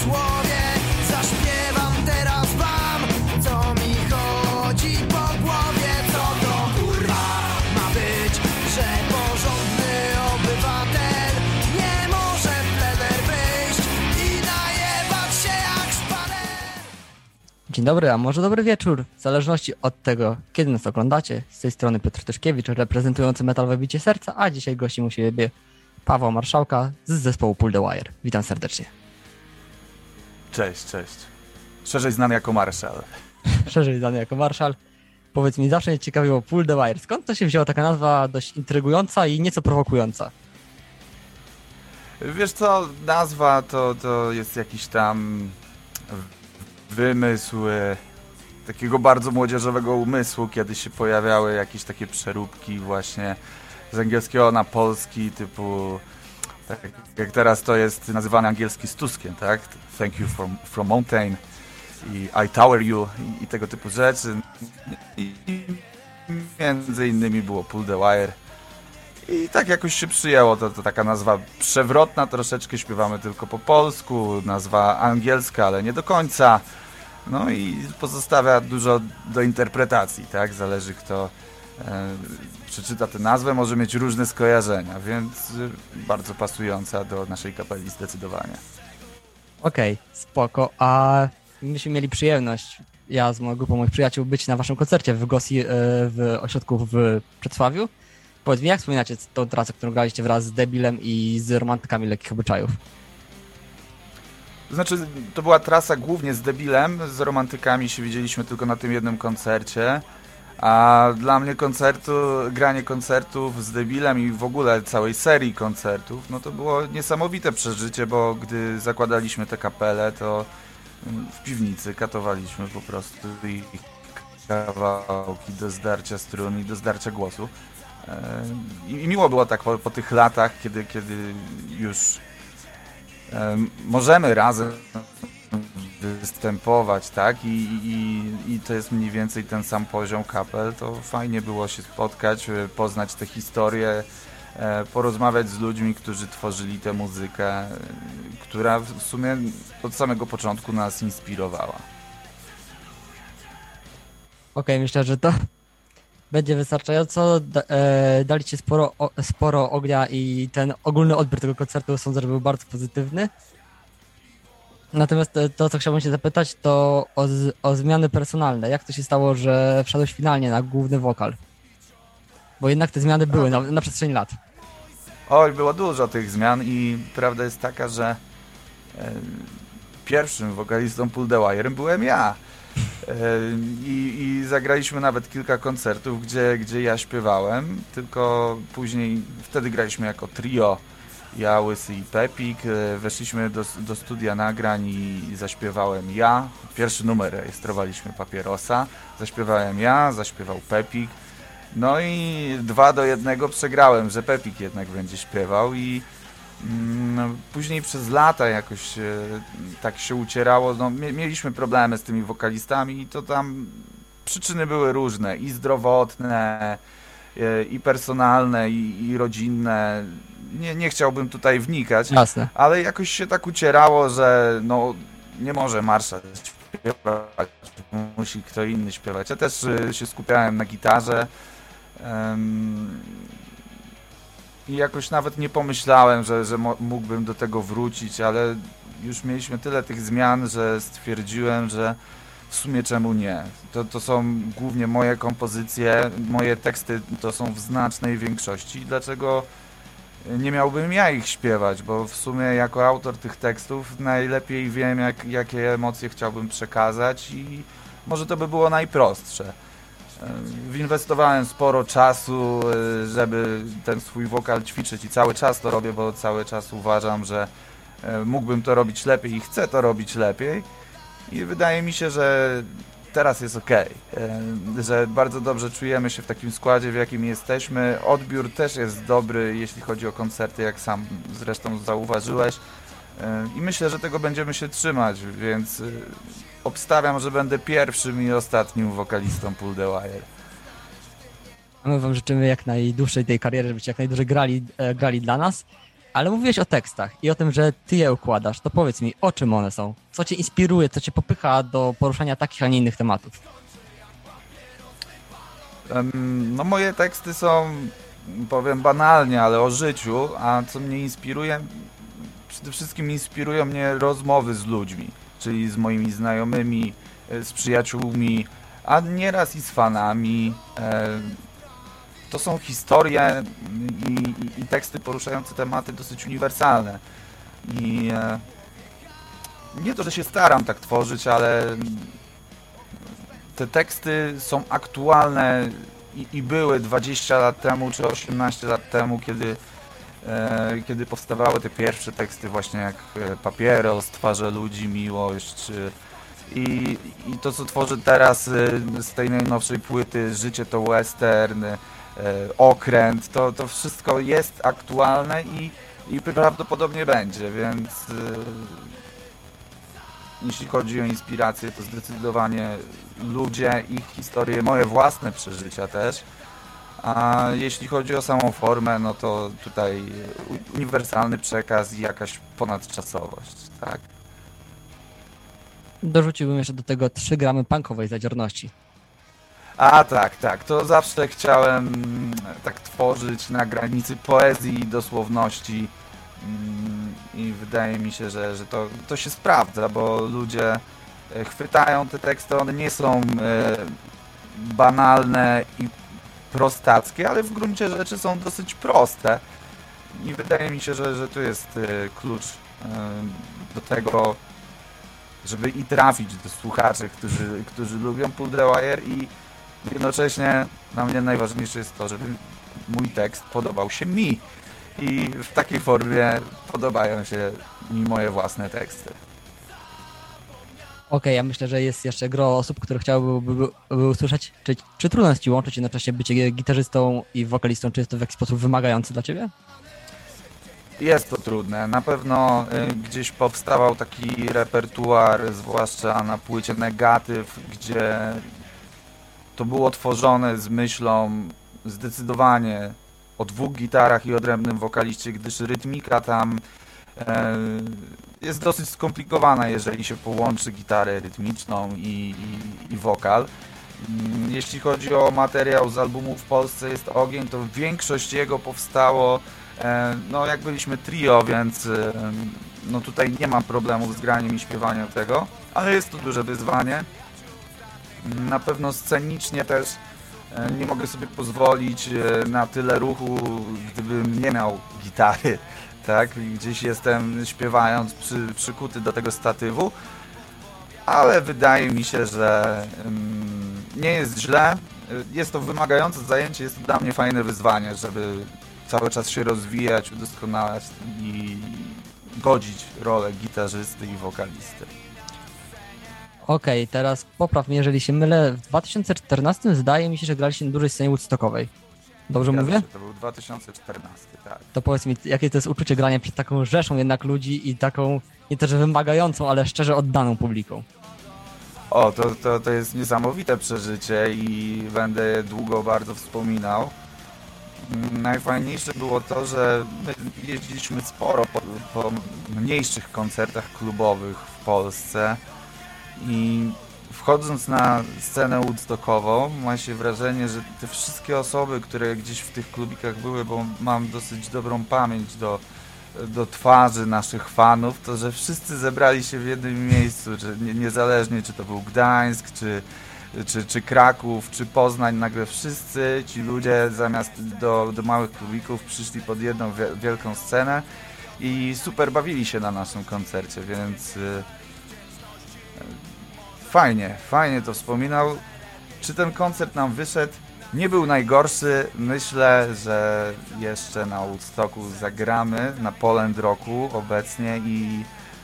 głowie. Zaśpiewam teraz wam, co mi chodzi po głowie. Co to kurwa ma być, że porządny obywatel nie może w plener wyjść i najebać się jak szpaler. Dzień dobry, a może dobry wieczór, w zależności od tego, kiedy nas oglądacie. Z tej strony Piotr Tyszkiewicz, reprezentujący Metalowe Bicie Serca, a dzisiaj gościem u siebie Paweł Marszałka z zespołu Pull the Wire. Witam serdecznie. Cześć. Szerzej znany jako Marszal. Szerzej znany jako Marszal. Powiedz mi, zawsze mnie ciekawiło Pull the Wire. Skąd to się wzięła taka nazwa dość intrygująca i nieco prowokująca? Wiesz co, nazwa to jest jakiś tam wymysł takiego bardzo młodzieżowego umysłu, kiedy się pojawiały jakieś takie przeróbki właśnie z angielskiego na polski, typu tak jak teraz to jest nazywany angielski z Tuskiem, tak? Thank you from mountain i I tower you i tego typu rzeczy. I między innymi było Pull the Wire. I tak jakoś się przyjęło, to taka nazwa przewrotna, troszeczkę śpiewamy tylko po polsku, nazwa angielska, ale nie do końca. No i pozostawia dużo do interpretacji, tak? Zależy kto przeczyta tę nazwę, może mieć różne skojarzenia, więc bardzo pasująca do naszej kapeli zdecydowanie. Okej, spoko. A myśmy mieli przyjemność, ja z moją grupą moich przyjaciół, być na waszym koncercie w Gosi, w ośrodku w Przedsławiu. Powiedz mi, jak wspominacie tą trasę, którą graliście wraz z Debilem i z Romantykami Lekkich Obyczajów? Znaczy, to była trasa głównie z Debilem, z Romantykami się widzieliśmy tylko na tym jednym koncercie, a dla mnie granie koncertów z Debilem i w ogóle całej serii koncertów, no to było niesamowite przeżycie, bo gdy zakładaliśmy tę kapelę, to w piwnicy katowaliśmy po prostu ich kawałki do zdarcia strun i do zdarcia głosu. I miło było tak po tych latach, kiedy już możemy razem występować, tak? I to jest mniej więcej ten sam poziom kapel, to fajnie było się spotkać, poznać tę historię, porozmawiać z ludźmi, którzy tworzyli tę muzykę, która w sumie od samego początku nas inspirowała. Okej, myślę, że to będzie wystarczająco. Daliście sporo ognia i ten ogólny odbiór tego koncertu sądzę, że był bardzo pozytywny. Natomiast to, co chciałbym się zapytać, to o zmiany personalne. Jak to się stało, że wszedłeś finalnie na główny wokal? Bo jednak te zmiany były na przestrzeni lat. Oj, było dużo tych zmian i prawda jest taka, że pierwszym wokalistą Pull the Wire byłem ja. I zagraliśmy nawet kilka koncertów, gdzie ja śpiewałem, tylko później, wtedy graliśmy jako trio, ja, Łysy i Pepik, weszliśmy do studia nagrań i zaśpiewałem ja, pierwszy numer rejestrowaliśmy Papierosa, zaśpiewałem ja, zaśpiewał Pepik, no i 2-1 przegrałem, że Pepik jednak będzie śpiewał i później przez lata jakoś tak się ucierało, no, mieliśmy problemy z tymi wokalistami i to tam przyczyny były różne, i zdrowotne, i personalne, i rodzinne, nie chciałbym tutaj wnikać. Jasne. Ale jakoś się tak ucierało, że no nie może Marszał śpiewać, musi kto inny śpiewać. Ja też się skupiałem na gitarze. I jakoś nawet nie pomyślałem, że mógłbym do tego wrócić, ale już mieliśmy tyle tych zmian, że stwierdziłem, że w sumie czemu nie. To są głównie moje kompozycje, moje teksty to są w znacznej większości. Dlaczego nie miałbym ja ich śpiewać? Bo w sumie jako autor tych tekstów najlepiej wiem, jakie emocje chciałbym przekazać i może to by było najprostsze. Winwestowałem sporo czasu, żeby ten swój wokal ćwiczyć i cały czas to robię, bo cały czas uważam, że mógłbym to robić lepiej i chcę to robić lepiej i wydaje mi się, że teraz jest okej, że bardzo dobrze czujemy się w takim składzie, w jakim jesteśmy. Odbiór też jest dobry, jeśli chodzi o koncerty, jak sam zresztą zauważyłeś i myślę, że tego będziemy się trzymać, więc obstawiam, że będę pierwszym i ostatnim wokalistą Pull the Wire. A my wam życzymy jak najdłuższej tej kariery, żebyście jak najdłużej grali dla nas. Ale mówiłeś o tekstach i o tym, że ty je układasz. To powiedz mi, o czym one są? Co cię inspiruje, co cię popycha do poruszania takich, a nie innych tematów? No moje teksty są, powiem banalnie, ale o życiu, a co mnie inspiruje? Przede wszystkim inspirują mnie rozmowy z ludźmi, czyli z moimi znajomymi, z przyjaciółmi, a nieraz i z fanami. To są historie i teksty poruszające tematy dosyć uniwersalne. I nie to, że się staram tak tworzyć, ale te teksty są aktualne i były 20 lat temu czy 18 lat temu, kiedy powstawały te pierwsze teksty właśnie jak Papieros, Twarze ludzi, Miłość i to, co tworzę teraz z tej najnowszej płyty, Życie to western, Okręt, to wszystko jest aktualne i prawdopodobnie będzie, więc jeśli chodzi o inspirację, to zdecydowanie ludzie, ich historie, moje własne przeżycia też. A jeśli chodzi o samą formę, no to tutaj uniwersalny przekaz i jakaś ponadczasowość, tak? Dorzuciłbym jeszcze do tego 3 gramy punkowej zadziorności. A tak, to zawsze chciałem tak tworzyć na granicy poezji i dosłowności i wydaje mi się, że to się sprawdza, bo ludzie chwytają te teksty, one nie są banalne i prostackie, ale w gruncie rzeczy są dosyć proste i wydaje mi się, że tu jest klucz do tego, żeby i trafić do słuchaczy, którzy lubią Pudrewire i jednocześnie dla mnie najważniejsze jest to, żeby mój tekst podobał się mi i w takiej formie podobają się mi moje własne teksty. Okej, ja myślę, że jest jeszcze gro osób, które chciałyby usłyszeć, czy trudno jest ci łączyć jednocześnie bycie gitarzystą i wokalistą, czy jest to w jakiś sposób wymagające dla ciebie? Jest to trudne. Na pewno gdzieś powstawał taki repertuar, zwłaszcza na płycie Negatyw, gdzie to było tworzone z myślą zdecydowanie o 2 gitarach i odrębnym wokaliście, gdyż rytmika tam jest dosyć skomplikowana, jeżeli się połączy gitarę rytmiczną i wokal. Jeśli chodzi o materiał z albumu W Polsce jest ogień, to większość jego powstało no jak byliśmy trio, więc no tutaj nie mam problemów z graniem i śpiewaniem tego, ale jest to duże wyzwanie. Na pewno scenicznie też nie mogę sobie pozwolić na tyle ruchu, gdybym nie miał gitary, tak? Gdzieś jestem śpiewając przykuty do tego statywu, ale wydaje mi się, że nie jest źle. Jest to wymagające zajęcie, jest to dla mnie fajne wyzwanie, żeby cały czas się rozwijać, udoskonalać i godzić rolę gitarzysty i wokalisty. Okej, teraz popraw mnie, jeżeli się mylę. W 2014 zdaje mi się, że graliście na dużej scenie woodstockowej. Dobrze Zgadza mówię? się, to był 2014, tak. To powiedz mi, jakie to jest uczucie grania przed taką rzeszą jednak ludzi i taką, nie to że wymagającą, ale szczerze oddaną publiką? O, to jest niesamowite przeżycie i będę je długo bardzo wspominał. Najfajniejsze było to, że my jeździliśmy sporo po mniejszych koncertach klubowych w Polsce i wchodząc na scenę woodstockową ma się wrażenie, że te wszystkie osoby, które gdzieś w tych klubikach były, bo mam dosyć dobrą pamięć do twarzy naszych fanów, to że wszyscy zebrali się w jednym miejscu, że niezależnie czy to był Gdańsk, czy Kraków, czy Poznań, nagle wszyscy ci ludzie zamiast do małych klubików przyszli pod jedną wielką scenę i super bawili się na naszym koncercie, więc fajnie to wspominał. Czy ten koncert nam wyszedł? Nie był najgorszy. Myślę, że jeszcze na Woodstocku zagramy na Poland Rocku obecnie i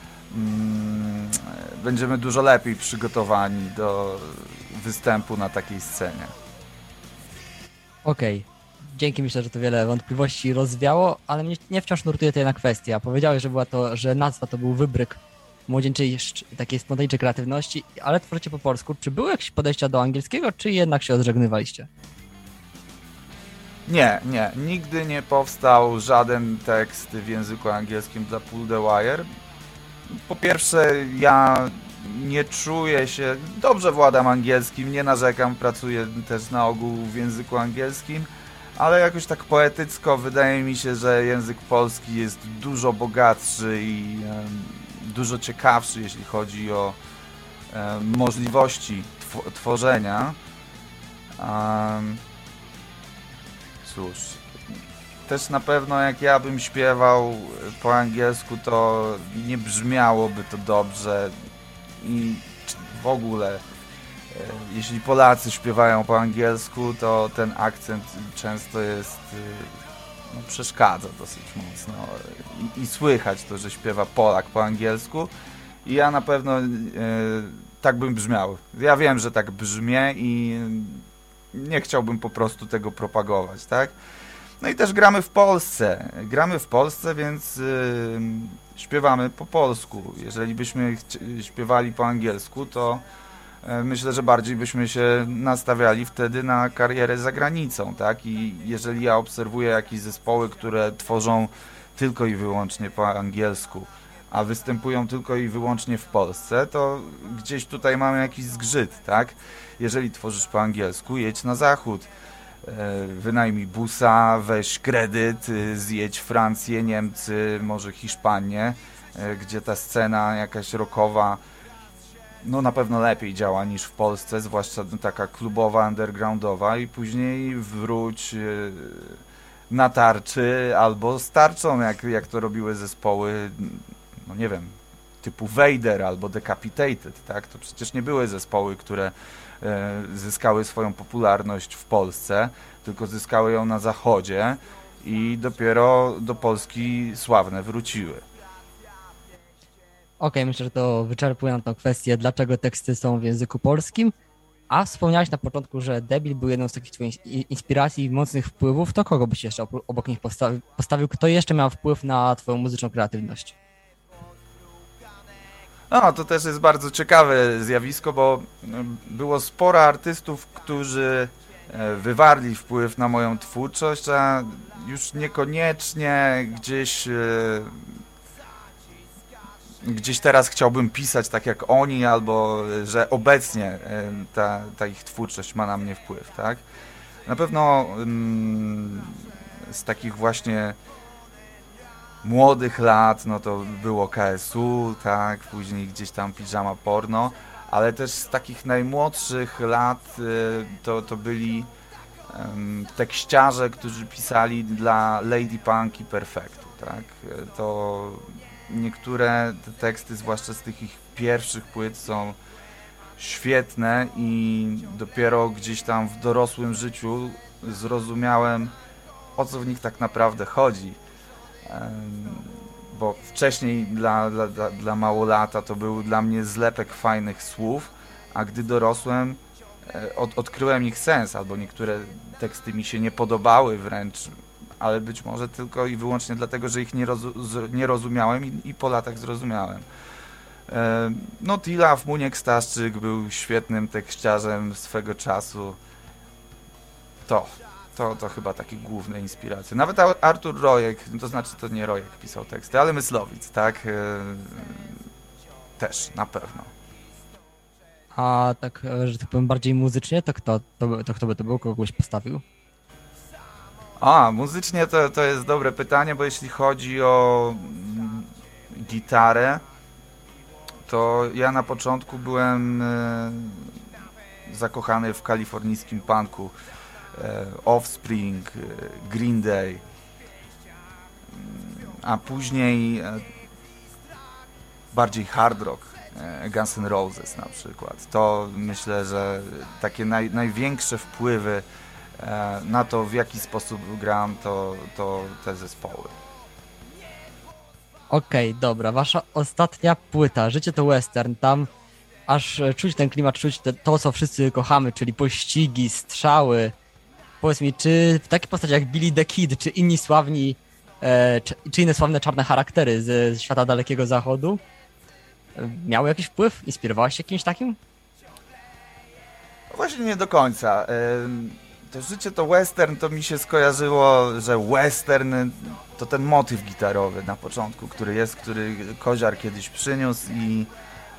będziemy dużo lepiej przygotowani do występu na takiej scenie. Okej. Dzięki, myślę, że to wiele wątpliwości rozwiało, ale mnie nie wciąż nurtuje to jedna kwestia. Powiedziałeś, że nazwa to był wybryk młodzieńczej, takiej spontanicznej kreatywności, ale tworzycie po polsku. Czy były jakieś podejścia do angielskiego, czy jednak się odżegnywaliście? Nie, nigdy nie powstał żaden tekst w języku angielskim dla Pull the Wire. Po pierwsze, ja nie czuję się, dobrze władam angielskim, nie narzekam, pracuję też na ogół w języku angielskim, ale jakoś tak poetycko wydaje mi się, że język polski jest dużo bogatszy i dużo ciekawszy, jeśli chodzi o możliwości tworzenia. Cóż, też na pewno jak ja bym śpiewał po angielsku, to nie brzmiałoby to dobrze i w ogóle jeśli Polacy śpiewają po angielsku, to ten akcent często jest, no, przeszkadza dosyć mocno i słychać to, że śpiewa Polak po angielsku i ja na pewno tak bym brzmiał. Ja wiem, że tak brzmię i nie chciałbym po prostu tego propagować, tak? No i też gramy w Polsce. Gramy w Polsce, więc śpiewamy po polsku. Jeżeli byśmy śpiewali po angielsku, to myślę, że bardziej byśmy się nastawiali wtedy na karierę za granicą, tak? I jeżeli ja obserwuję jakieś zespoły, które tworzą tylko i wyłącznie po angielsku, a występują tylko i wyłącznie w Polsce, to gdzieś tutaj mamy jakiś zgrzyt, tak? Jeżeli tworzysz po angielsku, jedź na zachód. Wynajmij busa, weź kredyt, zjedź Francję, Niemcy, może Hiszpanię, gdzie ta scena jakaś rockowa no na pewno lepiej działa niż w Polsce, zwłaszcza taka klubowa, undergroundowa i później wróć na tarczy albo z tarczą, jak to robiły zespoły, no nie wiem, typu Vader albo Decapitated, tak? To przecież nie były zespoły, które zyskały swoją popularność w Polsce, tylko zyskały ją na zachodzie i dopiero do Polski sławne wróciły. Okej, myślę, że to wyczerpuje nam tą kwestię, dlaczego teksty są w języku polskim. A wspomniałeś na początku, że Debil był jedną z takich twoich inspiracji i mocnych wpływów. To kogo byś jeszcze obok nich postawił? Kto jeszcze miał wpływ na twoją muzyczną kreatywność? No, to też jest bardzo ciekawe zjawisko, bo było sporo artystów, którzy wywarli wpływ na moją twórczość, a już niekoniecznie gdzieś teraz chciałbym pisać tak jak oni, albo że obecnie ta ich twórczość ma na mnie wpływ, tak? Na pewno z takich właśnie młodych lat, no to było KSU, tak, później gdzieś tam Pijama Porno, ale też z takich najmłodszych lat to byli tekściarze, którzy pisali dla Lady Punk i Perfektu, tak? To niektóre te teksty, zwłaszcza z tych ich pierwszych płyt, są świetne i dopiero gdzieś tam w dorosłym życiu zrozumiałem, o co w nich tak naprawdę chodzi. Bo wcześniej dla małolata to był dla mnie zlepek fajnych słów, a gdy dorosłem, odkryłem ich sens, albo niektóre teksty mi się nie podobały wręcz, ale być może tylko i wyłącznie dlatego, że ich nie rozumiałem i po latach zrozumiałem. No Tilaf, Muniek Staszczyk był świetnym tekściarzem swego czasu. To chyba takie główne inspiracje. Nawet Artur Rojek, to znaczy to nie Rojek pisał teksty, ale Myslowic, tak? Też, na pewno. A tak, że tak powiem, bardziej muzycznie, to kto by to był? Kogoś postawił? Muzycznie to jest dobre pytanie, bo jeśli chodzi o gitarę, to ja na początku byłem zakochany w kalifornijskim punku. Offspring, Green Day, a później bardziej hard rock, Guns N' Roses na przykład. To myślę, że takie największe wpływy na to, w jaki sposób gram, to te zespoły. Okej, dobra, wasza ostatnia płyta, Życie to Western, tam aż czuć ten klimat, czuć to, co wszyscy kochamy, czyli pościgi, strzały. Powiedz mi, czy w takiej postaci jak Billy the Kid, czy inni sławni, czy inne sławne czarne charaktery ze świata Dalekiego Zachodu miały jakiś wpływ? Inspirowałeś się kimś takim? Właśnie nie do końca. to życie to western, to mi się skojarzyło, że western to ten motyw gitarowy na początku, który Koziar kiedyś przyniósł i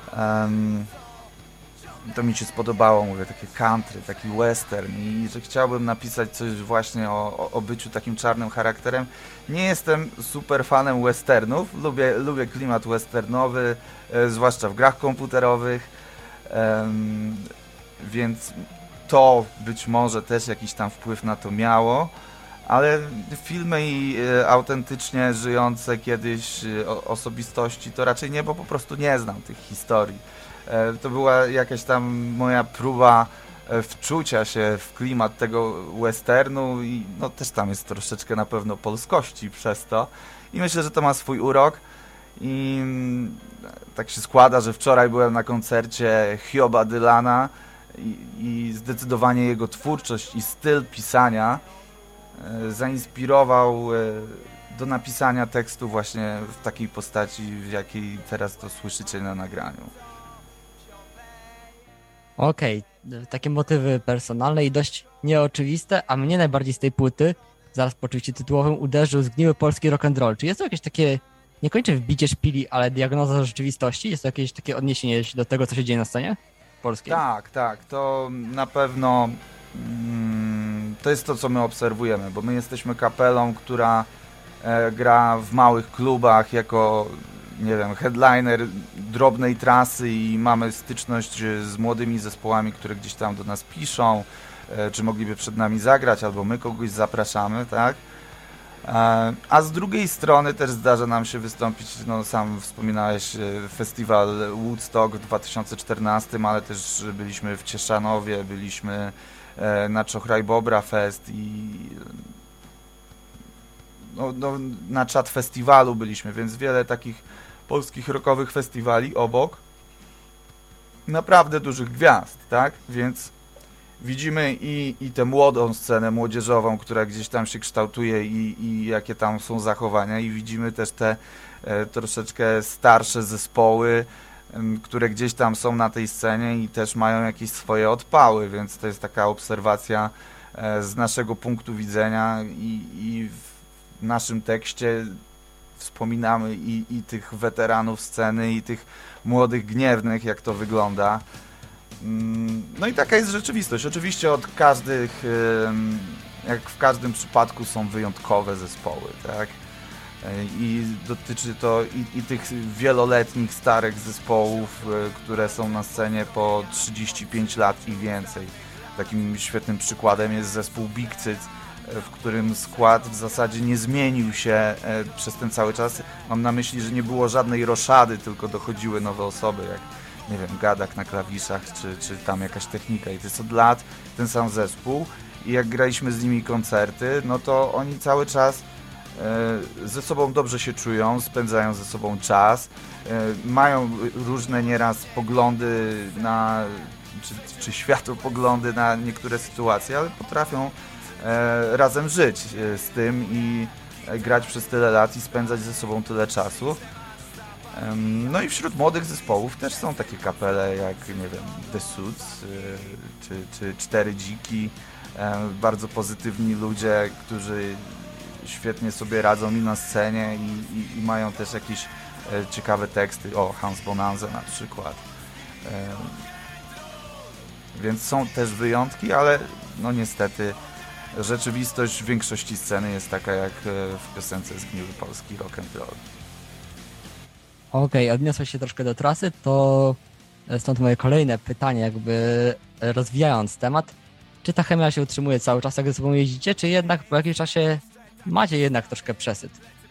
to mi się spodobało, mówię, takie country, taki western i że chciałbym napisać coś właśnie o byciu takim czarnym charakterem. Nie jestem super fanem westernów, lubię klimat westernowy, zwłaszcza w grach komputerowych, więc to być może też jakiś tam wpływ na to miało, ale filmy i autentycznie żyjące kiedyś osobistości to raczej nie, bo po prostu nie znam tych historii. To była jakaś tam moja próba wczucia się w klimat tego westernu i no też tam jest troszeczkę na pewno polskości przez to i myślę, że to ma swój urok i tak się składa, że wczoraj byłem na koncercie Hioba Dylana i zdecydowanie jego twórczość i styl pisania zainspirował do napisania tekstu właśnie w takiej postaci, w jakiej teraz to słyszycie na nagraniu. Okej, takie motywy personalne i dość nieoczywiste, a mnie najbardziej z tej płyty, zaraz po oczywiście tytułowym, uderzył zgniły polski rock'n'roll. Czy jest to jakieś takie, niekoniecznie wbicie szpili, ale diagnoza rzeczywistości? Jest to jakieś takie odniesienie do tego, co się dzieje na scenie polskiej? Tak, to na pewno to jest to, co my obserwujemy, bo my jesteśmy kapelą, która gra w małych klubach jako, nie wiem, headliner drobnej trasy i mamy styczność z młodymi zespołami, które gdzieś tam do nas piszą, czy mogliby przed nami zagrać, albo my kogoś zapraszamy, tak? A z drugiej strony też zdarza nam się wystąpić, no sam wspominałeś festiwal Woodstock w 2014, ale też byliśmy w Cieszanowie, byliśmy na Czochraj Bobra Fest i na Czad Festiwalu byliśmy, więc wiele takich polskich rockowych festiwali obok. Naprawdę dużych gwiazd, tak? Więc widzimy i tę młodą scenę młodzieżową, która gdzieś tam się kształtuje i jakie tam są zachowania i widzimy też te troszeczkę starsze zespoły, które gdzieś tam są na tej scenie i też mają jakieś swoje odpały, więc to jest taka obserwacja z naszego punktu widzenia i w naszym tekście wspominamy i tych weteranów sceny i tych młodych gniewnych, jak to wygląda. No i taka jest rzeczywistość. Oczywiście jak w każdym przypadku są wyjątkowe zespoły, tak? I dotyczy to i tych wieloletnich, starych zespołów, które są na scenie po 35 lat i więcej. Takim świetnym przykładem jest zespół Big Cyc, w którym skład w zasadzie nie zmienił się przez ten cały czas. Mam na myśli, że nie było żadnej roszady, tylko dochodziły nowe osoby, jak nie wiem, Gadak na klawiszach, czy tam jakaś technika i to jest od lat ten sam zespół i jak graliśmy z nimi koncerty, no to oni cały czas ze sobą dobrze się czują, spędzają ze sobą czas, mają różne nieraz poglądy na, czy światopoglądy na niektóre sytuacje, ale potrafią razem żyć z tym i grać przez tyle lat i spędzać ze sobą tyle czasu. No i wśród młodych zespołów też są takie kapele jak, nie wiem, The Suits czy Cztery Dziki, bardzo pozytywni ludzie, którzy świetnie sobie radzą i na scenie i mają też jakieś ciekawe teksty, Hans Bonanza na przykład. Więc są też wyjątki, ale no niestety rzeczywistość w większości sceny jest taka jak w piosence Zgniły polski rock'n'roll. Okej, odniosłeś się troszkę do trasy, to stąd moje kolejne pytanie, jakby rozwijając temat. Czy ta chemia się utrzymuje cały czas, jak ze sobą jeździcie, czy jednak po jakimś czasie macie jednak troszkę przesyt?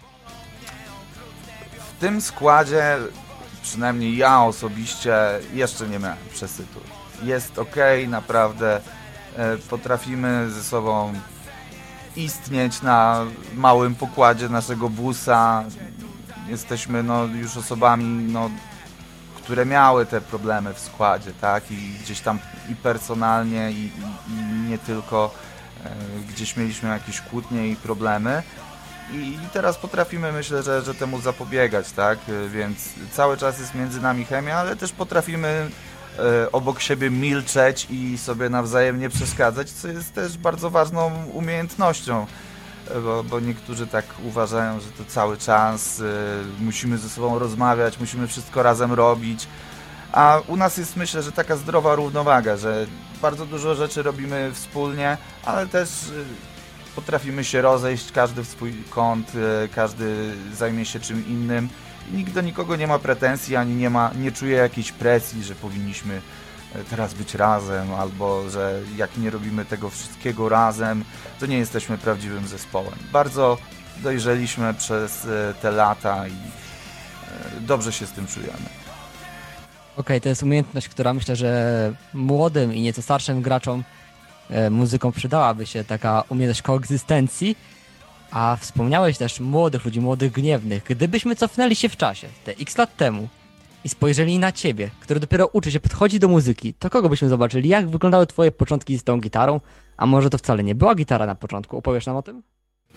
W tym składzie, przynajmniej ja osobiście, jeszcze nie miałem przesytu. Jest okej, naprawdę potrafimy ze sobą istnieć na małym pokładzie naszego busa. Jesteśmy już osobami, które miały te problemy w składzie, tak? I gdzieś tam i personalnie, i nie tylko gdzieś mieliśmy jakieś kłótnie i problemy. I teraz potrafimy, myślę, że temu zapobiegać, tak? Więc cały czas jest między nami chemia, ale też potrafimy obok siebie milczeć i sobie nawzajem nie przeszkadzać, co jest też bardzo ważną umiejętnością, bo niektórzy tak uważają, że to cały czas musimy ze sobą rozmawiać, musimy wszystko razem robić, a u nas jest, myślę, że taka zdrowa równowaga, że bardzo dużo rzeczy robimy wspólnie, ale też potrafimy się rozejść, każdy w swój kąt, każdy zajmie się czym innym. Nikt do nikogo nie ma pretensji, ani nie czuje jakiejś presji, że powinniśmy teraz być razem, albo że jak nie robimy tego wszystkiego razem, to nie jesteśmy prawdziwym zespołem. Bardzo dojrzeliśmy przez te lata i dobrze się z tym czujemy. Okej, to jest umiejętność, która myślę, że młodym i nieco starszym graczom muzyką przydałaby się, taka umiejętność koegzystencji. A wspomniałeś też młodych ludzi, młodych gniewnych. Gdybyśmy cofnęli się w czasie, te x lat temu i spojrzeli na ciebie, który dopiero uczy się podchodzić do muzyki, to kogo byśmy zobaczyli? Jak wyglądały twoje początki z tą gitarą? A może to wcale nie była gitara na początku? Opowiesz nam o tym?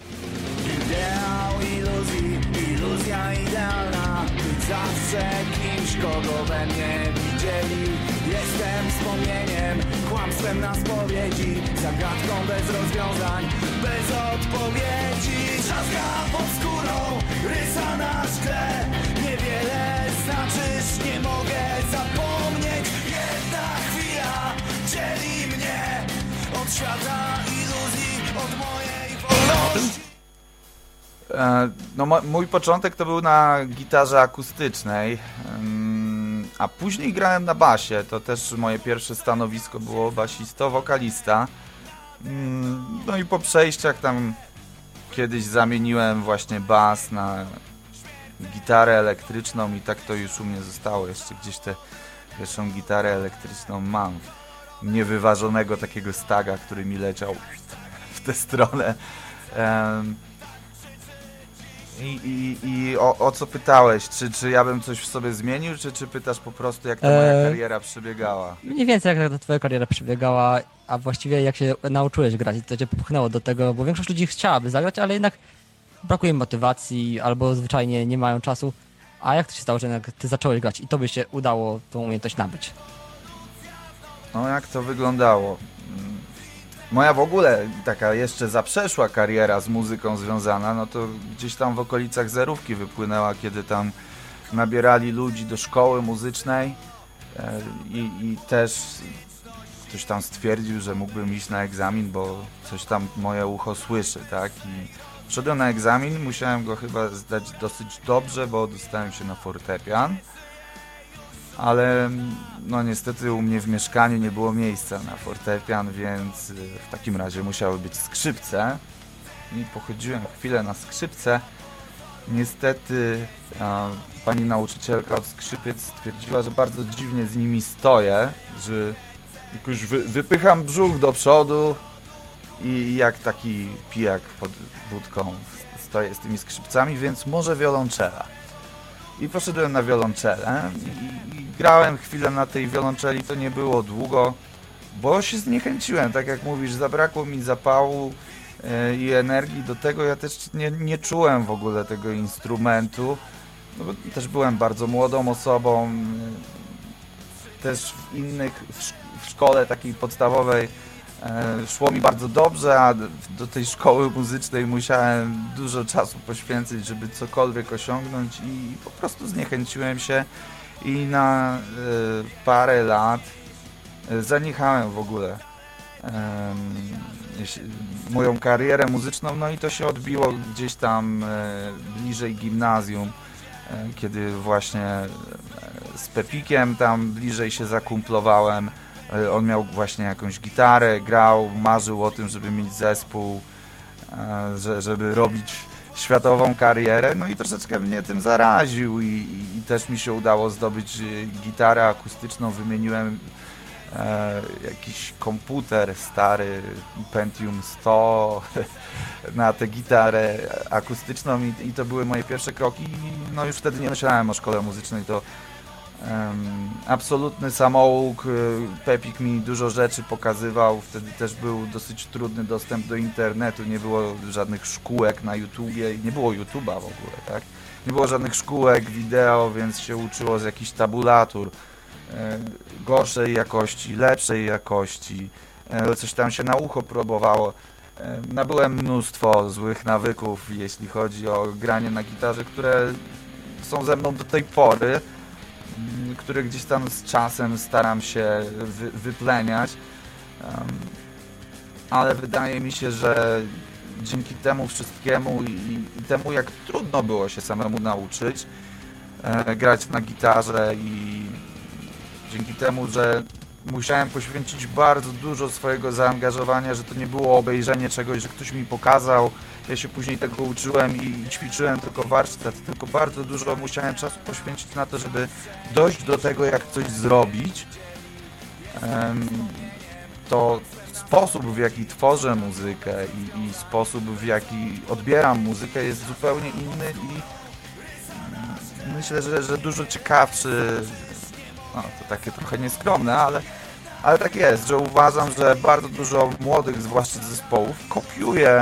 Ideał iluzji, iluzja idealna. Być zawsze kimś, kogo we mnie widzieli. Jestem wspomnieniem, kłamstwem na spowiedzi, zagadką bez rozwiązań, bez odpowiedzi. Trzaska pod skórą, rysa na szkle. Niewiele znaczysz, nie mogę zapomnieć. Jedna chwila dzieli mnie od świata iluzji, od mojej wolności. No, mój początek to był na gitarze akustycznej, a później grałem na basie. To też moje pierwsze stanowisko było basisto-wokalista. No i po przejściach tam kiedyś zamieniłem właśnie bas na gitarę elektryczną i tak to już u mnie zostało. Jeszcze gdzieś tę pierwszą gitarę elektryczną mam. Niewyważonego takiego staga, który mi leciał w tę stronę. I o co pytałeś? Czy ja bym coś w sobie zmienił, czy pytasz po prostu, jak ta moja kariera przebiegała? Mniej więcej jak ta twoja kariera przebiegała, a właściwie jak się nauczyłeś grać i co cię popchnęło do tego, bo większość ludzi chciałaby zagrać, ale jednak brakuje motywacji albo zwyczajnie nie mają czasu. A jak to się stało, że jednak ty zacząłeś grać i to by się udało tą umiejętność nabyć? No jak to wyglądało? Moja w ogóle taka jeszcze zaprzeszła kariera z muzyką związana, no to gdzieś tam w okolicach zerówki wypłynęła, kiedy tam nabierali ludzi do szkoły muzycznej i też ktoś tam stwierdził, że mógłbym iść na egzamin, bo coś tam moje ucho słyszy, tak? I wszedłem na egzamin, musiałem go chyba zdać dosyć dobrze, bo dostałem się na fortepian. Ale no niestety u mnie w mieszkaniu nie było miejsca na fortepian, więc w takim razie musiały być skrzypce. I pochodziłem chwilę na skrzypce. Niestety pani nauczycielka od skrzypiec stwierdziła, że bardzo dziwnie z nimi stoję, że jakoś wypycham brzuch do przodu i jak taki pijak pod budką stoję z tymi skrzypcami, więc może wiolonczela. I poszedłem na wiolonczelę i grałem chwilę na tej wiolonczeli, to nie było długo, bo się zniechęciłem, tak jak mówisz, zabrakło mi zapału i energii do tego, ja też nie czułem w ogóle tego instrumentu, no bo też byłem bardzo młodą osobą, też w szkole takiej podstawowej szło mi bardzo dobrze, a do tej szkoły muzycznej musiałem dużo czasu poświęcić, żeby cokolwiek osiągnąć i po prostu zniechęciłem się i na parę lat zaniechałem w ogóle moją karierę muzyczną, no i to się odbiło gdzieś tam bliżej gimnazjum, kiedy właśnie z Pepikiem tam bliżej się zakumplowałem. On miał właśnie jakąś gitarę, grał, marzył o tym, żeby mieć zespół, żeby robić światową karierę, no i troszeczkę mnie tym zaraził i też mi się udało zdobyć gitarę akustyczną, wymieniłem jakiś komputer stary, Pentium 100 na tę gitarę akustyczną i to były moje pierwsze kroki, no już wtedy nie myślałem o szkole muzycznej, to absolutny samouk, Pepik mi dużo rzeczy pokazywał, wtedy też był dosyć trudny dostęp do internetu, nie było żadnych szkółek na YouTubie, nie było YouTube'a w ogóle, tak? Nie było żadnych szkółek, wideo, więc się uczyło z jakichś tabulatur. gorszej jakości, lepszej jakości, coś tam się na ucho próbowało. Nabyłem mnóstwo złych nawyków, jeśli chodzi o granie na gitarze, które są ze mną do tej pory, które gdzieś tam z czasem staram się wypleniać, ale wydaje mi się, że dzięki temu wszystkiemu i temu, jak trudno było się samemu nauczyć grać na gitarze, i dzięki temu, że musiałem poświęcić bardzo dużo swojego zaangażowania, że to nie było obejrzenie czegoś, że ktoś mi pokazał, ja się później tego uczyłem i ćwiczyłem tylko warsztat, tylko bardzo dużo musiałem czasu poświęcić na to, żeby dojść do tego, jak coś zrobić. To sposób, w jaki tworzę muzykę i sposób, w jaki odbieram muzykę, jest zupełnie inny i myślę, że dużo ciekawszy. No, to takie trochę nieskromne, ale tak jest, że uważam, że bardzo dużo młodych, zwłaszcza zespołów, kopiuje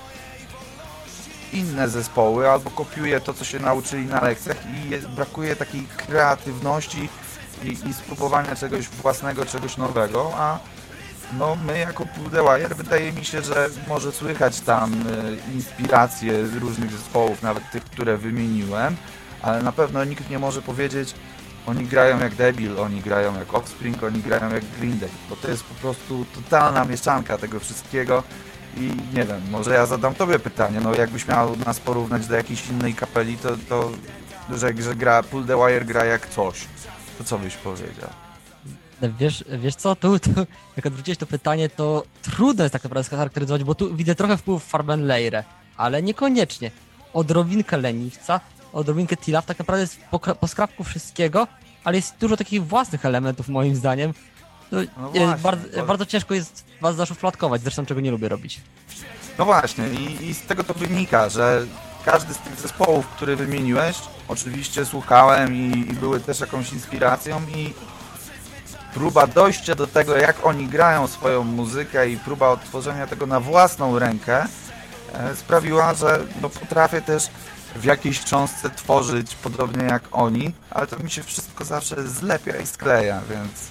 inne zespoły albo kopiuje to, co się nauczyli na lekcjach, i brakuje takiej kreatywności i spróbowania czegoś własnego, czegoś nowego, a no my jako Pull the Wire, wydaje mi się, że może słychać tam inspiracje z różnych zespołów, nawet tych, które wymieniłem, ale na pewno nikt nie może powiedzieć: oni grają jak Debil, oni grają jak Offspring, oni grają jak Green Day, bo to jest po prostu totalna mieszanka tego wszystkiego. I nie wiem, może ja zadam tobie pytanie, no jakbyś miał nas porównać do jakiejś innej kapeli, to że gra Pull the Wire gra jak coś, to co byś powiedział? Wiesz co, tu jak odwróciłeś to pytanie, to trudno jest tak naprawdę scharakteryzować, bo tu widzę trochę wpływ Farben Leire, ale niekoniecznie. Odrobinkę leniwca, odrobinkę Tilaf, tak naprawdę jest po skrawku wszystkiego, ale jest dużo takich własnych elementów moim zdaniem. No bardzo ciężko jest was zaszufladkować, zresztą czego nie lubię robić. No właśnie, i z tego to wynika, że każdy z tych zespołów, które wymieniłeś, oczywiście słuchałem i były też jakąś inspiracją, i próba dojścia do tego, jak oni grają swoją muzykę, i próba odtworzenia tego na własną rękę sprawiła, że no, potrafię też w jakiejś cząstce tworzyć podobnie jak oni, ale to mi się wszystko zawsze zlepia i skleja, więc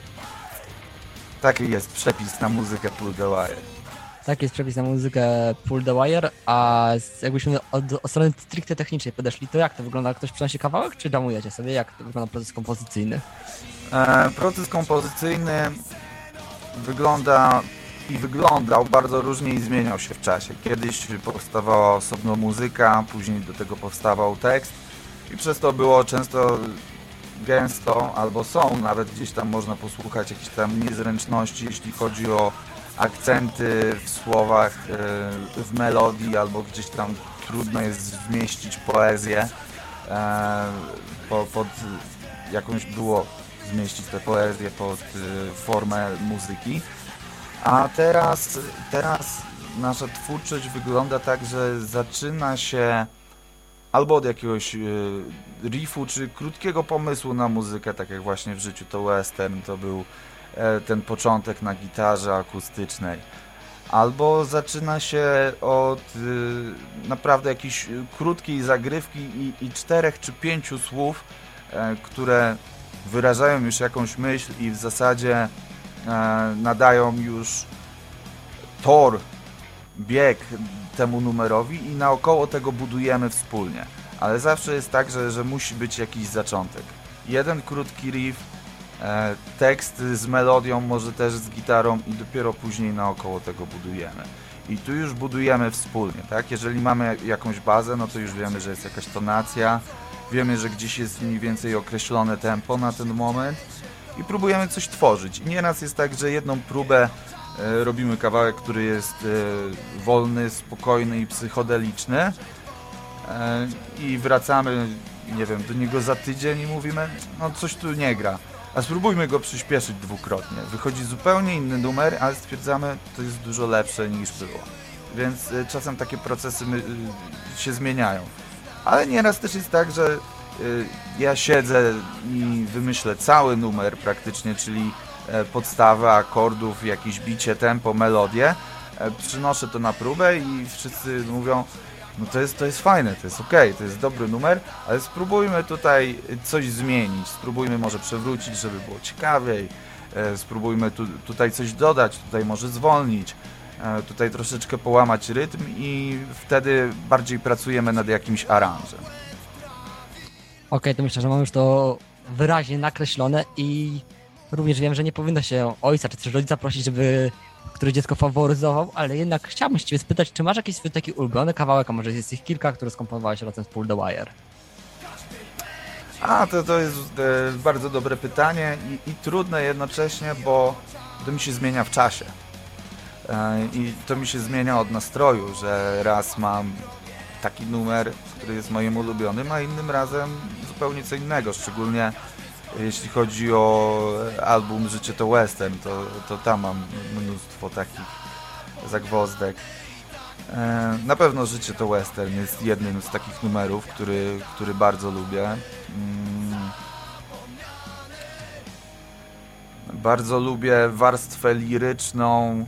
taki jest przepis na muzykę Pull the Wire. Tak jest przepis na muzykę Pull the Wire, a jakbyśmy od strony stricte technicznej podeszli, to jak to wygląda? Ktoś przynosi kawałek, czy jamujecie sobie? Jak to wygląda proces kompozycyjny? Proces kompozycyjny wygląda i wyglądał bardzo różnie i zmieniał się w czasie. Kiedyś powstawała osobno muzyka, później do tego powstawał tekst i przez to było często gęsto, albo są nawet gdzieś tam można posłuchać jakichś tam niezręczności, jeśli chodzi o akcenty w słowach, w melodii, albo gdzieś tam trudno jest zmieścić poezję pod jakąś było zmieścić tę poezję pod formę muzyki. A teraz nasza twórczość wygląda tak, że zaczyna się albo od jakiegoś riffu, czy krótkiego pomysłu na muzykę, tak jak właśnie w życiu to western, to był ten początek na gitarze akustycznej. Albo zaczyna się od naprawdę jakiejś krótkiej zagrywki i 4 czy 5 słów, które wyrażają już jakąś myśl i w zasadzie nadają już tor, bieg temu numerowi, i naokoło tego budujemy wspólnie. Ale zawsze jest tak, że musi być jakiś zaczątek. Jeden krótki riff, tekst z melodią, może też z gitarą, i dopiero później naokoło tego budujemy. I tu już budujemy wspólnie, tak? Jeżeli mamy jakąś bazę, no to już wiemy, że jest jakaś tonacja, wiemy, że gdzieś jest mniej więcej określone tempo na ten moment i próbujemy coś tworzyć. I nieraz jest tak, że jedną próbę robimy kawałek, który jest wolny, spokojny i psychodeliczny, i wracamy, nie wiem, do niego za tydzień i mówimy, no coś tu nie gra, a spróbujmy go przyspieszyć dwukrotnie. Wychodzi zupełnie inny numer, ale stwierdzamy, to jest dużo lepsze niż było. Więc czasem takie procesy się zmieniają. Ale nieraz też jest tak, że ja siedzę i wymyślę cały numer praktycznie, czyli podstawę akordów, jakieś bicie, tempo, melodię, przynoszę to na próbę i wszyscy mówią, no to jest fajne, to jest okej, to jest dobry numer, ale spróbujmy tutaj coś zmienić, spróbujmy może przewrócić, żeby było ciekawiej, spróbujmy tutaj coś dodać, tutaj może zwolnić, tutaj troszeczkę połamać rytm i wtedy bardziej pracujemy nad jakimś aranżem. Okej, to myślę, że mam już to wyraźnie nakreślone i również wiem, że nie powinno się ojca czy też rodzica prosić, żeby które dziecko faworyzował, ale jednak chciałbym się ciebie spytać, czy masz jakiś swój taki ulubiony kawałek, a może jest ich kilka, które skomponowałeś razem z Pull the Wire? To jest bardzo dobre pytanie i trudne jednocześnie, bo to mi się zmienia w czasie. I to mi się zmienia od nastroju, że raz mam taki numer, który jest moim ulubionym, a innym razem zupełnie co innego, szczególnie jeśli chodzi o album Życie to Western, to tam mam mnóstwo takich zagwozdek. Na pewno Życie to Western jest jednym z takich numerów, który bardzo lubię. Bardzo lubię warstwę liryczną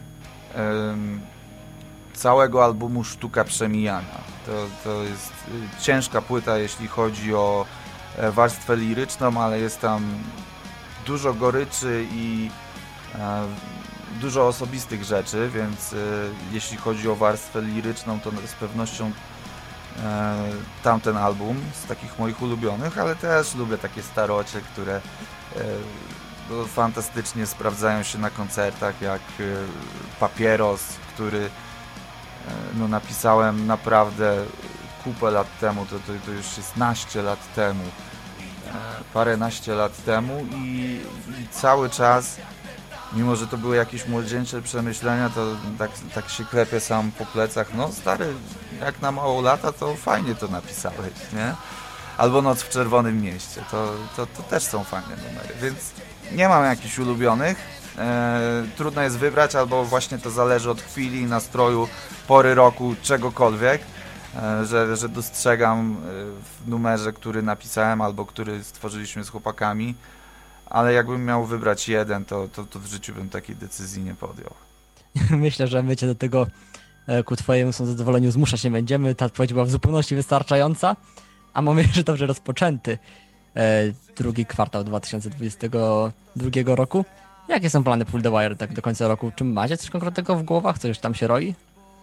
całego albumu Sztuka Przemijania. To jest ciężka płyta, jeśli chodzi o warstwę liryczną, ale jest tam dużo goryczy i dużo osobistych rzeczy, więc jeśli chodzi o warstwę liryczną, to z pewnością tamten album z takich moich ulubionych, ale też lubię takie starocie, które fantastycznie sprawdzają się na koncertach, jak Papieros, który napisałem naprawdę kupę lat temu, to już jest naście lat temu, paręnaście lat temu i cały czas, mimo że to były jakieś młodzieńcze przemyślenia, to tak się klepię sam po plecach, no stary, jak na mało lata, to fajnie to napisałeś, nie? Albo Noc w Czerwonym Mieście, to też są fajne numery, więc nie mam jakichś ulubionych, trudno jest wybrać, albo właśnie to zależy od chwili, nastroju, pory roku, czegokolwiek, że dostrzegam w numerze, który napisałem albo który stworzyliśmy z chłopakami, ale jakbym miał wybrać jeden, to w życiu bym takiej decyzji nie podjął. Myślę, że my cię do tego ku twojemu zadowoleniu zmuszać nie będziemy. Ta odpowiedź była w zupełności wystarczająca, a mamy jeszcze dobrze rozpoczęty drugi kwartał 2022 roku. Jakie są plany Pull the Wire tak do końca roku? Czy macie coś konkretnego w głowach? Co już tam się roi?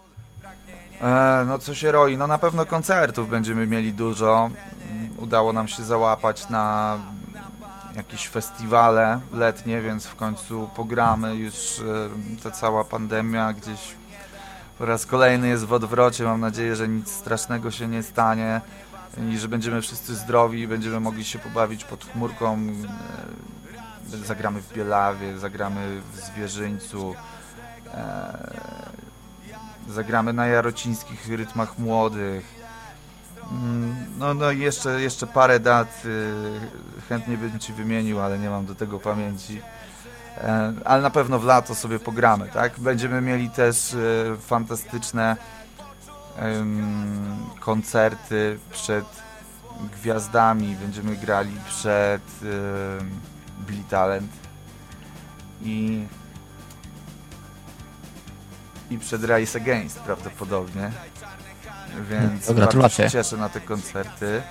No co się roi? No na pewno koncertów będziemy mieli dużo. Udało nam się załapać na jakieś festiwale letnie, więc w końcu pogramy. Już ta cała pandemia gdzieś po raz kolejny jest w odwrocie. Mam nadzieję, że nic strasznego się nie stanie i że będziemy wszyscy zdrowi i będziemy mogli się pobawić pod chmurką. Zagramy w Bielawie, zagramy w Zwierzyńcu, zagramy na jarocińskich rytmach młodych. No jeszcze parę dat chętnie bym ci wymienił, ale nie mam do tego pamięci. Ale na pewno w lato sobie pogramy, tak? Będziemy mieli też fantastyczne koncerty przed gwiazdami. Będziemy grali przed Billy Talent i przed Rise Against prawdopodobnie, więc bardzo się cieszę na te koncerty.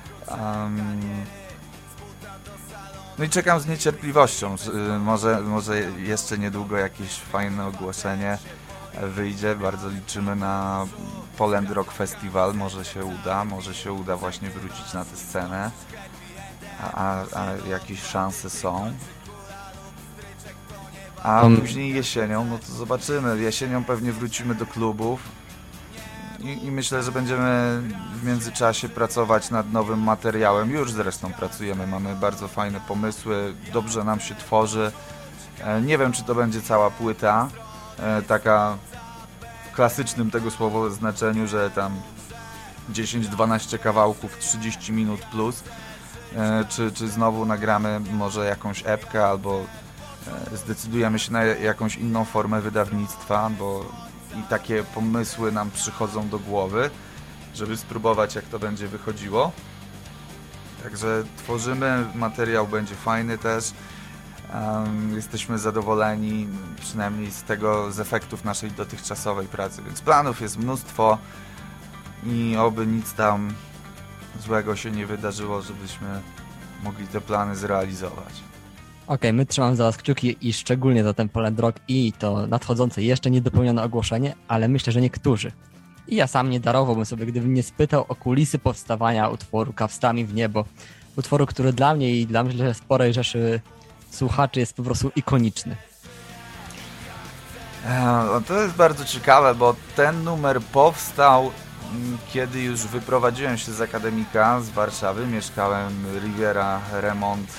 No i czekam z niecierpliwością, może jeszcze niedługo jakieś fajne ogłoszenie wyjdzie. Bardzo liczymy na Poland Rock Festival, może się uda właśnie wrócić na tę scenę, a jakieś szanse są. A później jesienią, no to zobaczymy. Jesienią pewnie wrócimy do klubów i myślę, że będziemy w międzyczasie pracować nad nowym materiałem. Już zresztą pracujemy, mamy bardzo fajne pomysły, dobrze nam się tworzy. Nie wiem, czy to będzie cała płyta, taka w klasycznym tego słowa znaczeniu, że tam 10-12 kawałków, 30 minut plus, czy znowu nagramy może jakąś epkę, albo zdecydujemy się na jakąś inną formę wydawnictwa, bo i takie pomysły nam przychodzą do głowy, żeby spróbować, jak to będzie wychodziło. Także tworzymy, materiał będzie fajny też. Jesteśmy zadowoleni przynajmniej z efektów naszej dotychczasowej pracy, więc planów jest mnóstwo i oby nic tam złego się nie wydarzyło, żebyśmy mogli te plany zrealizować. Okej, my trzymamy za was kciuki i szczególnie za ten Poland Rock i to nadchodzące jeszcze niedopełnione ogłoszenie, ale myślę, że niektórzy. I ja sam nie darowałbym sobie, gdybym nie spytał o kulisy powstawania utworu Kawsami w niebo. Utworu, który dla mnie i dla myślę, że sporej rzeszy słuchaczy jest po prostu ikoniczny. No to jest bardzo ciekawe, bo ten numer powstał, kiedy już wyprowadziłem się z akademika z Warszawy. Mieszkałem Riviera Remont,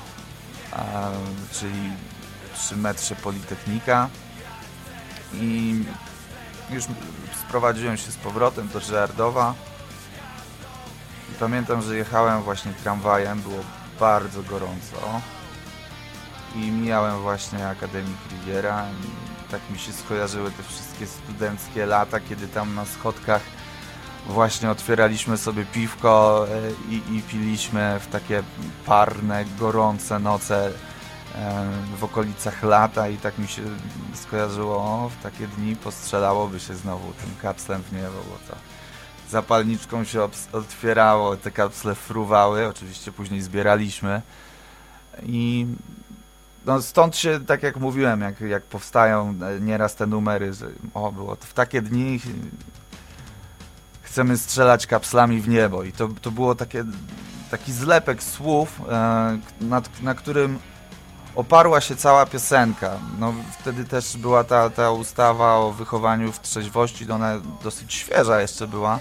czyli przy metrze Politechnika, i już sprowadziłem się z powrotem do Żeardowa. I pamiętam, że jechałem właśnie tramwajem, było bardzo gorąco i mijałem właśnie Akademik Riviera i tak mi się skojarzyły te wszystkie studenckie lata, kiedy tam na schodkach właśnie otwieraliśmy sobie piwko i piliśmy w takie parne, gorące noce w okolicach lata, i tak mi się skojarzyło, w takie dni postrzelałoby się znowu tym kapslem w niebo, bo to zapalniczką się otwierało, te kapsle fruwały, oczywiście później zbieraliśmy i no stąd się, tak jak mówiłem, jak powstają nieraz te numery, że było to w takie dni chcemy strzelać kapslami w niebo, i to było taki zlepek słów, na którym oparła się cała piosenka. No, wtedy też była ta ustawa o wychowaniu w trzeźwości, ona dosyć świeża jeszcze była.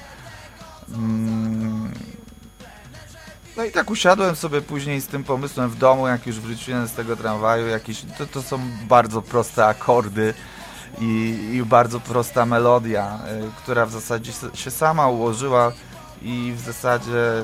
No i tak usiadłem sobie później z tym pomysłem w domu, jak już wróciłem z tego tramwaju. To są bardzo proste akordy i bardzo prosta melodia, która w zasadzie się sama ułożyła, i w zasadzie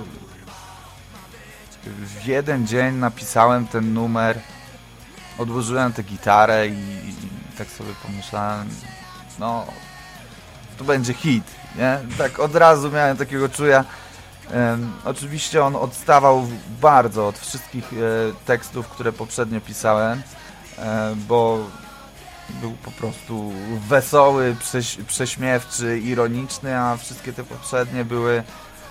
w jeden dzień napisałem ten numer, odłożyłem tę gitarę i tak sobie pomyślałem, no to będzie hit, nie? Tak od razu miałem takiego czuja. Oczywiście on odstawał bardzo od wszystkich tekstów, które poprzednio pisałem, bo był po prostu wesoły, prześmiewczy, ironiczny, a wszystkie te poprzednie były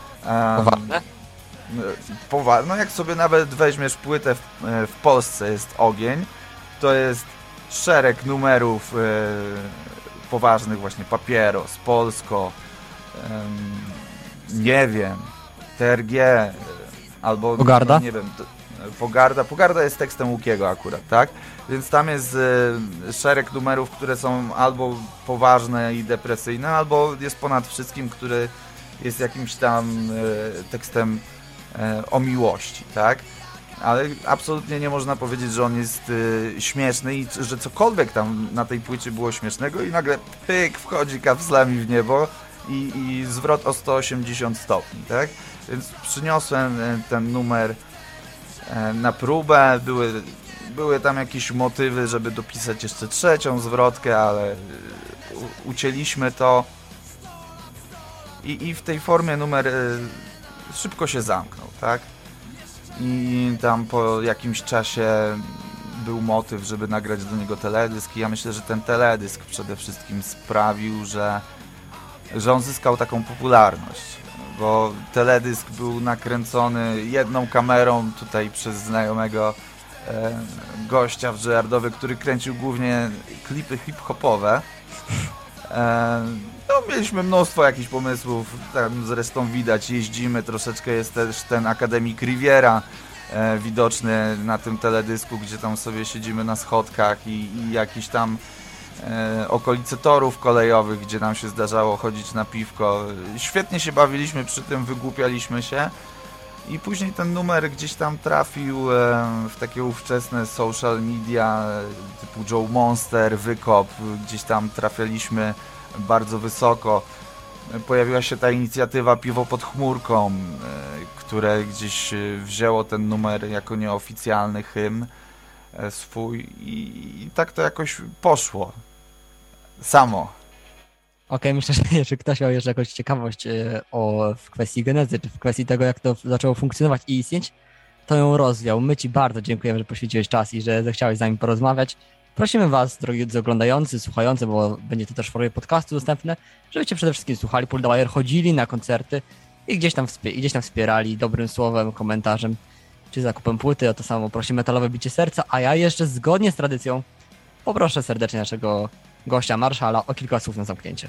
poważne. No jak sobie nawet weźmiesz płytę w Polsce jest ogień, to jest szereg numerów poważnych, właśnie Papieros, Polsko, nie wiem, TRG, albo Pogarda? nie wiem, Pogarda jest tekstem Łukiego akurat, tak? Więc tam jest szereg numerów, które są albo poważne i depresyjne, albo jest ponad wszystkim, który jest jakimś tam tekstem o miłości, tak? Ale absolutnie nie można powiedzieć, że on jest śmieszny i że cokolwiek tam na tej płycie było śmiesznego, i nagle pyk, wchodzi kapslami w niebo i zwrot o 180 stopni, tak? Więc przyniosłem ten numer na próbę, były tam jakieś motywy, żeby dopisać jeszcze trzecią zwrotkę, ale ucięliśmy to i w tej formie numer szybko się zamknął, tak? I tam po jakimś czasie był motyw, żeby nagrać do niego teledysk, i ja myślę, że ten teledysk przede wszystkim sprawił, że on zyskał taką popularność, bo teledysk był nakręcony jedną kamerą tutaj przez znajomego gościa w Żeardowie, który kręcił głównie klipy hip-hopowe. No, mieliśmy mnóstwo jakichś pomysłów, tam zresztą widać, jeździmy, troszeczkę jest też ten Akademik Riviera widoczny na tym teledysku, gdzie tam sobie siedzimy na schodkach i jakieś tam okolice torów kolejowych, gdzie nam się zdarzało chodzić na piwko. Świetnie się bawiliśmy przy tym, wygłupialiśmy się, i później ten numer gdzieś tam trafił w takie ówczesne social media typu Joe Monster, Wykop, gdzieś tam trafialiśmy bardzo wysoko. Pojawiła się ta inicjatywa Piwo pod chmurką, które gdzieś wzięło ten numer jako nieoficjalny hymn swój, i tak to jakoś poszło samo. Okej, myślę, że jeżeli ktoś miał jeszcze jakąś ciekawość w kwestii genezy, czy w kwestii tego, jak to zaczęło funkcjonować i istnieć, to ją rozwiał. My Ci bardzo dziękujemy, że poświęciłeś czas i że zechciałeś z nami porozmawiać. Prosimy was, drogi oglądający, słuchający, bo będzie to też w formie podcastu dostępne, żebyście przede wszystkim słuchali Pull the Wire, chodzili na koncerty i gdzieś tam wspierali dobrym słowem, komentarzem, czy zakupem płyty. O to samo prosi Metalowe Bicie Serca, a ja jeszcze zgodnie z tradycją poproszę serdecznie naszego gościa Marszala o kilka słów na zamknięcie.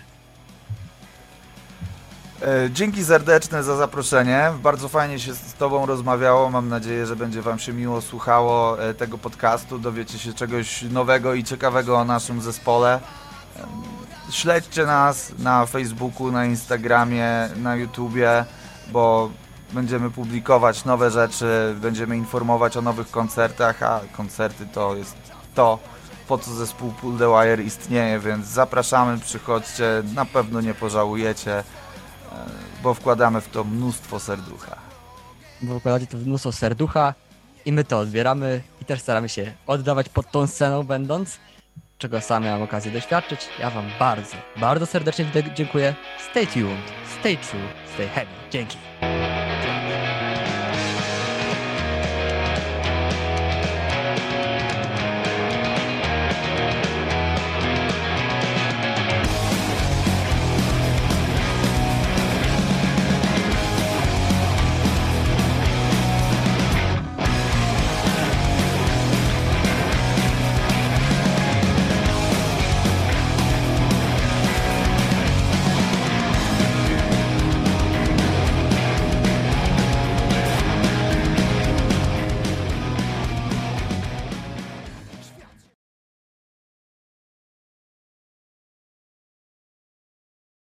Dzięki serdeczne za zaproszenie. Bardzo fajnie się z Tobą rozmawiało. Mam nadzieję, że będzie Wam się miło słuchało tego podcastu. Dowiecie się czegoś nowego i ciekawego o naszym zespole. Śledźcie nas na Facebooku, na Instagramie, na YouTubie, bo będziemy publikować nowe rzeczy, będziemy informować o nowych koncertach, a koncerty to jest to, po co zespół Pull the Wire istnieje, więc zapraszamy, przychodźcie, na pewno nie pożałujecie, bo wkładamy w to mnóstwo serducha. Bo wkładacie to mnóstwo serducha i my to odbieramy i też staramy się oddawać pod tą sceną będąc, czego sam miałem okazję doświadczyć. Ja wam bardzo, bardzo serdecznie dziękuję. Stay tuned, stay true, stay heavy. Dzięki.